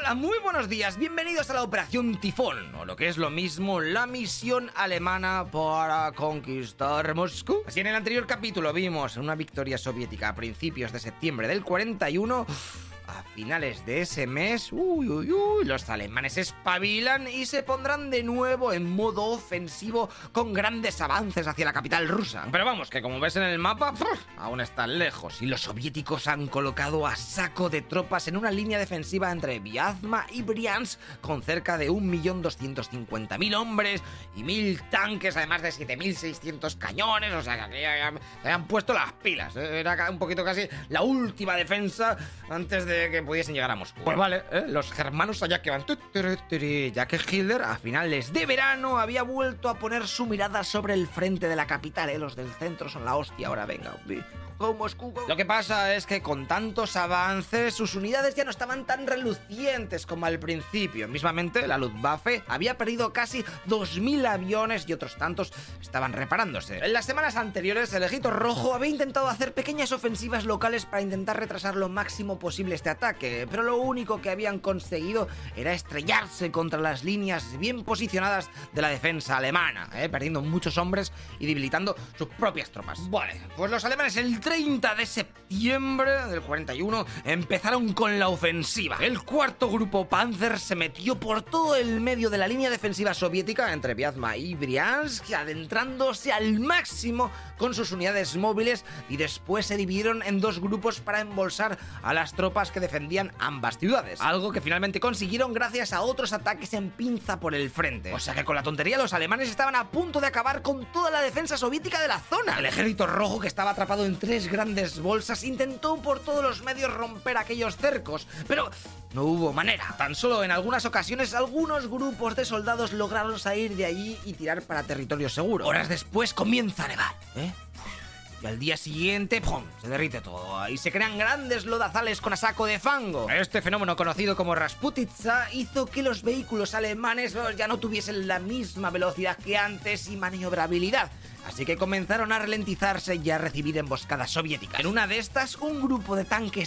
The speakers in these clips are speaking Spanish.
Hola, muy buenos días, bienvenidos a la Operación Tifón, o lo que es lo mismo, la misión alemana para conquistar Moscú. Así en el anterior capítulo vimos una victoria soviética a principios de septiembre del 41... A finales de ese mes, los alemanes espabilan y se pondrán de nuevo en modo ofensivo con grandes avances hacia la capital rusa. Pero vamos, que como ves en el mapa, aún están lejos y los soviéticos han colocado a saco de tropas en una línea defensiva entre Vyazma y Briansk con cerca de 1.250.000 hombres y 1.000 tanques, además de 7.600 cañones, o sea que aquí se habían puesto las pilas, era un poquito casi la última defensa antes de que pudiesen llegar a Moscú. Pues vale, los germanos allá que van, ya que Hitler a finales de verano había vuelto a poner su mirada sobre el frente de la capital, los del centro son la hostia, ahora venga, Moscú. Lo que pasa es que con tantos avances sus unidades ya no estaban tan relucientes como al principio. Mismamente la Luftwaffe había perdido casi 2.000 aviones y otros tantos estaban reparándose. En las semanas anteriores el Ejército Rojo había intentado hacer pequeñas ofensivas locales para intentar retrasar lo máximo posible este ataque, pero lo único que habían conseguido era estrellarse contra las líneas bien posicionadas de la defensa alemana, perdiendo muchos hombres y debilitando sus propias tropas. Vale, pues los alemanes el 30 de septiembre del 41 empezaron con la ofensiva. El cuarto grupo Panzer se metió por todo el medio de la línea defensiva soviética entre Vyazma y Briansk, adentrándose al máximo con sus unidades móviles y después se dividieron en dos grupos para embolsar a las tropas que defendían ambas ciudades, algo que finalmente consiguieron gracias a otros ataques en pinza por el frente. O sea que con la tontería los alemanes estaban a punto de acabar con toda la defensa soviética de la zona. El Ejército Rojo, que estaba atrapado en tres grandes bolsas, intentó por todos los medios romper aquellos cercos, pero no hubo manera. Tan solo en algunas ocasiones algunos grupos de soldados lograron salir de allí y tirar para territorio seguro. Horas después comienza a nevar, y al día siguiente, ¡pum!, se derrite todo y se crean grandes lodazales con a saco de fango. Este fenómeno, conocido como Rasputitsa, hizo que los vehículos alemanes ya no tuviesen la misma velocidad que antes y maniobrabilidad. Así que comenzaron a ralentizarse y a recibir emboscadas soviéticas. En una de estas, un grupo de tanques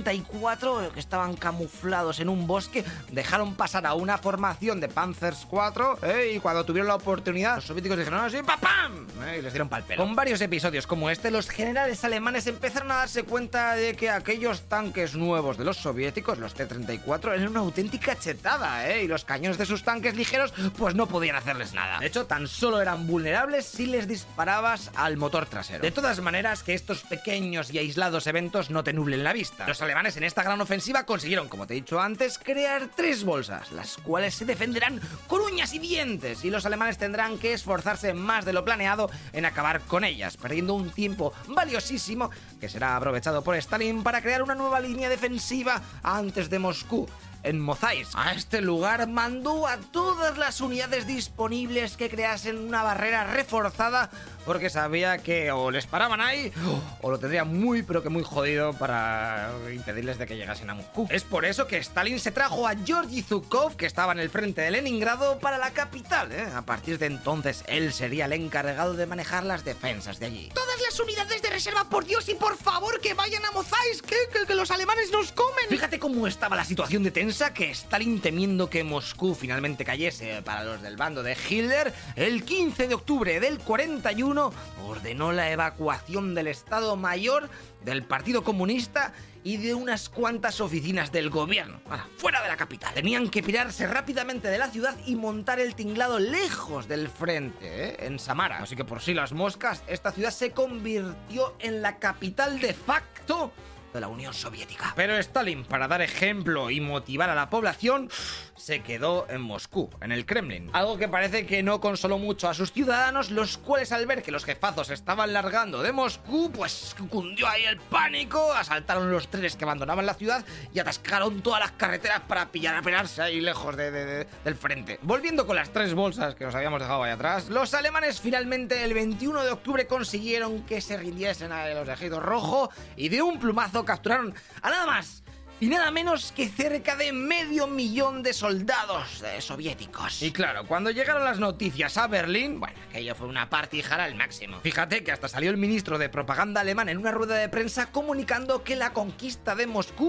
T-34 que estaban camuflados en un bosque dejaron pasar a una formación de Panzers 4 y cuando tuvieron la oportunidad, los soviéticos dijeron así, ¡pam! Y les dieron pal pelo. Con varios episodios como este, los generales alemanes empezaron a darse cuenta de que aquellos tanques nuevos de los soviéticos, los T-34, eran una auténtica chetada, y los cañones de sus tanques ligeros pues no podían hacerles nada. De hecho, tan solo eran vulnerables si les disparabas al motor trasero. De todas maneras, que estos pequeños y aislados eventos no te nublen la vista. Los alemanes en esta gran ofensiva consiguieron, como te he dicho antes, crear tres bolsas, las cuales se defenderán con uñas y dientes, y los alemanes tendrán que esforzarse más de lo planeado en acabar con ellas, perdiendo un tiempo valiosísimo que será aprovechado por Stalin para crear una nueva línea defensiva antes de Moscú. En Mozaisk. A este lugar mandó a todas las unidades disponibles que creasen una barrera reforzada porque sabía que o les paraban ahí o lo tendría muy pero que muy jodido para impedirles de que llegasen a Moscú. Es por eso que Stalin se trajo a Georgy Zhukov, que estaba en el frente de Leningrado, para la capital. A partir de entonces él sería el encargado de manejar las defensas de allí. Todas las unidades de reserva, por Dios y por favor, que vayan a Mozaisk, que los alemanes nos comen. Fíjate cómo estaba la situación de tensa, que Stalin, temiendo que Moscú finalmente cayese para los del bando de Hitler, el 15 de octubre del 41 ordenó la evacuación del Estado Mayor, del Partido Comunista y de unas cuantas oficinas del gobierno, fuera de la capital. Tenían que pirarse rápidamente de la ciudad y montar el tinglado lejos del frente, en Samara. Así que por si las moscas, esta ciudad se convirtió en la capital de facto de la Unión Soviética. Pero Stalin, para dar ejemplo y motivar a la población, se quedó en Moscú, en el Kremlin. Algo que parece que no consoló mucho a sus ciudadanos, los cuales al ver que los jefazos estaban largando de Moscú, pues cundió ahí el pánico, asaltaron los trenes que abandonaban la ciudad y atascaron todas las carreteras para pillarse ahí lejos del frente. Volviendo con las tres bolsas que os habíamos dejado ahí atrás, los alemanes finalmente el 21 de octubre consiguieron que se rindiesen a los Ejércitos Rojo y de un plumazo capturaron a nada más y nada menos que cerca de 500.000 de soldados soviéticos. Y claro, cuando llegaron las noticias a Berlín, bueno, aquello fue una partijara al máximo. Fíjate que hasta salió el ministro de propaganda alemán en una rueda de prensa comunicando que la conquista de Moscú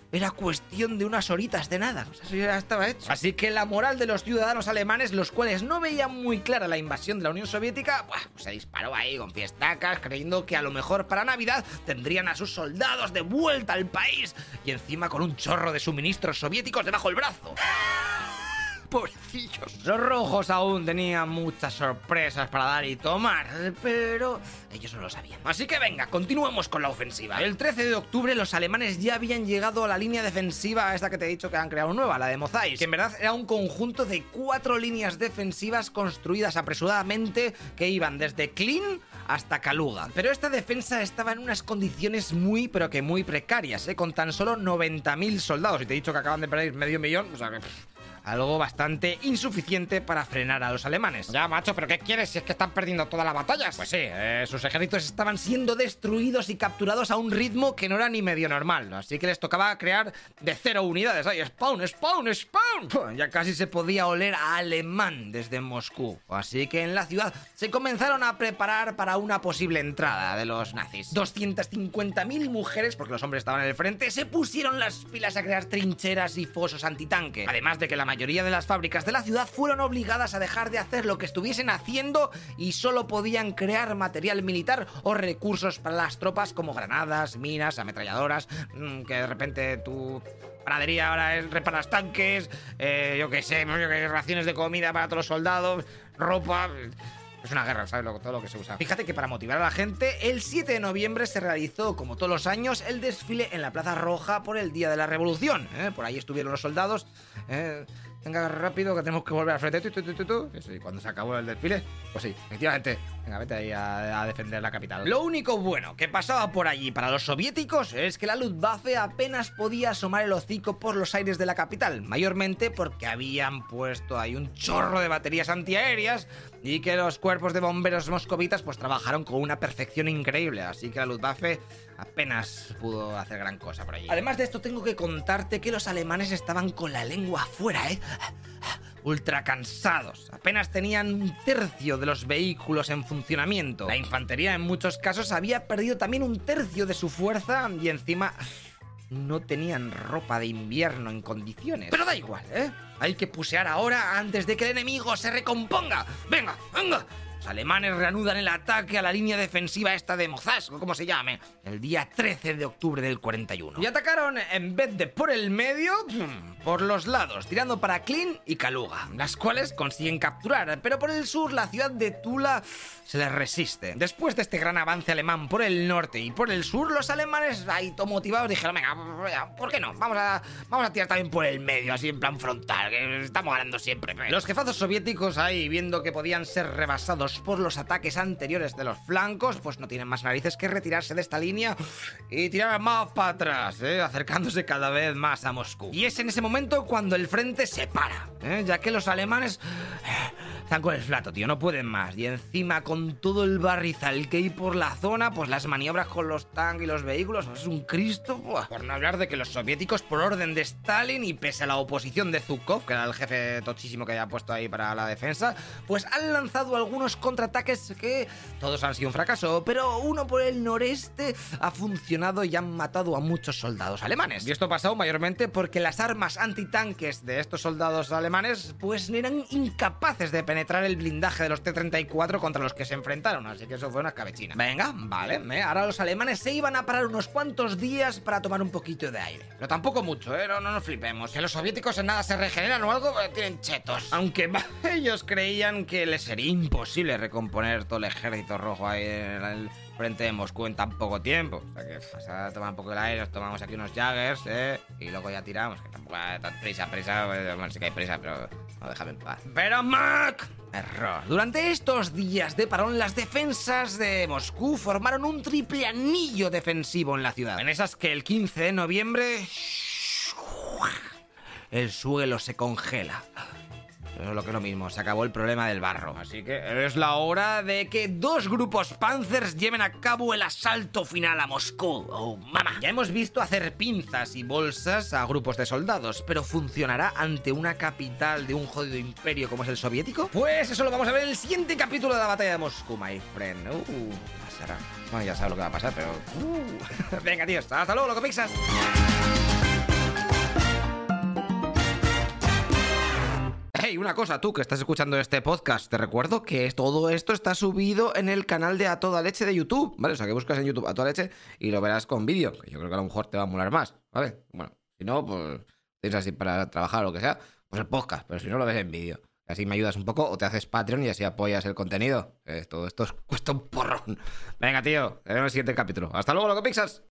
era cuestión de unas horitas de nada. O sea, eso ya estaba hecho. Así que la moral de los ciudadanos alemanes, los cuales no veían muy clara la invasión de la Unión Soviética, pues se disparó ahí con fiestacas, creyendo que a lo mejor para Navidad tendrían a sus soldados de vuelta al país y encima con un chorro de suministros soviéticos debajo del brazo. Pobrecillos. Los rojos aún tenían muchas sorpresas para dar y tomar, pero ellos no lo sabían. Así que venga, continuemos con la ofensiva. El 13 de octubre los alemanes ya habían llegado a la línea defensiva, esta que te he dicho que han creado nueva, la de Mozais, que en verdad era un conjunto de 4 líneas defensivas construidas apresuradamente que iban desde Klin hasta Kaluga. Pero esta defensa estaba en unas condiciones muy, pero que muy precarias, con tan solo 90.000 soldados. Y te he dicho que acaban de perder medio millón, o sea que... algo bastante insuficiente para frenar a los alemanes. Ya, macho, ¿pero qué quieres si es que están perdiendo todas las batallas? Pues sí, sus ejércitos estaban siendo destruidos y capturados a un ritmo que no era ni medio normal, así que les tocaba crear de 0 unidades. ¡Ay, spawn, spawn, spawn! Ya casi se podía oler a alemán desde Moscú, así que en la ciudad se comenzaron a preparar para una posible entrada de los nazis. 250.000 mujeres, porque los hombres estaban en el frente, se pusieron las pilas a crear trincheras y fosos antitanque, además de que la mayoría de las fábricas de la ciudad fueron obligadas a dejar de hacer lo que estuviesen haciendo y solo podían crear material militar o recursos para las tropas como granadas, minas, ametralladoras, que de repente tu panadería ahora es reparas tanques, yo qué sé, raciones de comida para todos los soldados, ropa... Es una guerra, ¿sabes? Todo lo que se usa. Fíjate que para motivar a la gente, el 7 de noviembre se realizó, como todos los años, el desfile en la Plaza Roja por el Día de la Revolución. Por ahí estuvieron los soldados. Venga, rápido, que tenemos que volver al frente. Eso, y cuando se acabó el desfile, pues sí, efectivamente. Venga, vete ahí a defender la capital. Lo único bueno que pasaba por allí para los soviéticos es que la Luftwaffe apenas podía asomar el hocico por los aires de la capital, mayormente porque habían puesto ahí un chorro de baterías antiaéreas y que los cuerpos de bomberos moscovitas pues trabajaron con una perfección increíble, así que la Luftwaffe apenas pudo hacer gran cosa por allí. Además de esto, tengo que contarte que los alemanes estaban con la lengua afuera, ultra cansados. Apenas tenían un tercio de los vehículos en funcionamiento. La infantería en muchos casos había perdido también un tercio de su fuerza y encima no tenían ropa de invierno en condiciones. Pero da igual, hay que pusear ahora antes de que el enemigo se recomponga. ¡Venga, venga! Los alemanes reanudan el ataque a la línea defensiva esta de Mozas, o como se llame, el día 13 de octubre del 41. Y atacaron, en vez de por el medio, por los lados, tirando para Klin y Kaluga, las cuales consiguen capturar, pero por el sur la ciudad de Tula se les resiste. Después de este gran avance alemán por el norte y por el sur, los alemanes, ahí todo motivados, dijeron, venga, ¿por qué no? Vamos a tirar también por el medio, así en plan frontal, que estamos ganando siempre. Los jefazos soviéticos ahí, viendo que podían ser rebasados por los ataques anteriores de los flancos, pues no tienen más narices que retirarse de esta línea y tirar más para atrás, acercándose cada vez más a Moscú. Y es en ese momento cuando el frente se para, ya que los alemanes están con el flato, tío, no pueden más. Y encima con todo el barrizal que hay por la zona, pues las maniobras con los tanques y los vehículos, pues es un Cristo. Buah. Por no hablar de que los soviéticos, por orden de Stalin y pese a la oposición de Zhukov, que era el jefe tochísimo que había puesto ahí para la defensa, pues han lanzado algunos contraataques que todos han sido un fracaso, pero uno por el noreste ha funcionado y han matado a muchos soldados alemanes. Y esto ha pasado mayormente porque las armas antitanques de estos soldados alemanes pues eran incapaces de penetrar el blindaje de los T-34 contra los que se enfrentaron, así que eso fue una escabechina. Venga, vale, ahora los alemanes se iban a parar unos cuantos días para tomar un poquito de aire, pero tampoco mucho, no nos flipemos. Que los soviéticos en nada se regeneran o algo, tienen chetos. Aunque ellos creían que les sería imposible recomponer todo el ejército rojo ahí en el frente de Moscú en tan poco tiempo. O sea que vas a tomar un poco el aire, nos tomamos aquí unos Jaggers, y luego ya tiramos, que tampoco hay tan prisa, bueno, sí que hay prisa, pero no, déjame en paz. Pero Mac, error. Durante estos días de parón, las defensas de Moscú formaron un triple anillo defensivo en la ciudad. En esas que el 15 de noviembre el suelo se congela. Pero lo que es lo mismo, se acabó el problema del barro. Así que es la hora de que 2 grupos Panzers lleven a cabo el asalto final a Moscú. ¡Oh, mamá! Ya hemos visto hacer pinzas y bolsas a grupos de soldados, pero ¿funcionará ante una capital de un jodido imperio como es el soviético? Pues eso lo vamos a ver en el siguiente capítulo de la batalla de Moscú, my friend. Pasará. Bueno, ya sabes lo que va a pasar, pero... Venga, tíos, hasta luego, loco pixas. y una cosa, tú que estás escuchando este podcast, te recuerdo que todo esto está subido en el canal de A Toda Leche de YouTube, ¿vale? O sea, que buscas en YouTube A Toda Leche y lo verás con vídeo, que yo creo que a lo mejor te va a molar más, ¿vale? Bueno, si no, pues tienes así para trabajar o lo que sea, pues el podcast, pero si no lo ves en vídeo. Así me ayudas un poco o te haces Patreon y así apoyas el contenido. Todo esto cuesta un porrón. Venga, tío, te veo en el siguiente capítulo. Hasta luego, loco Pixas.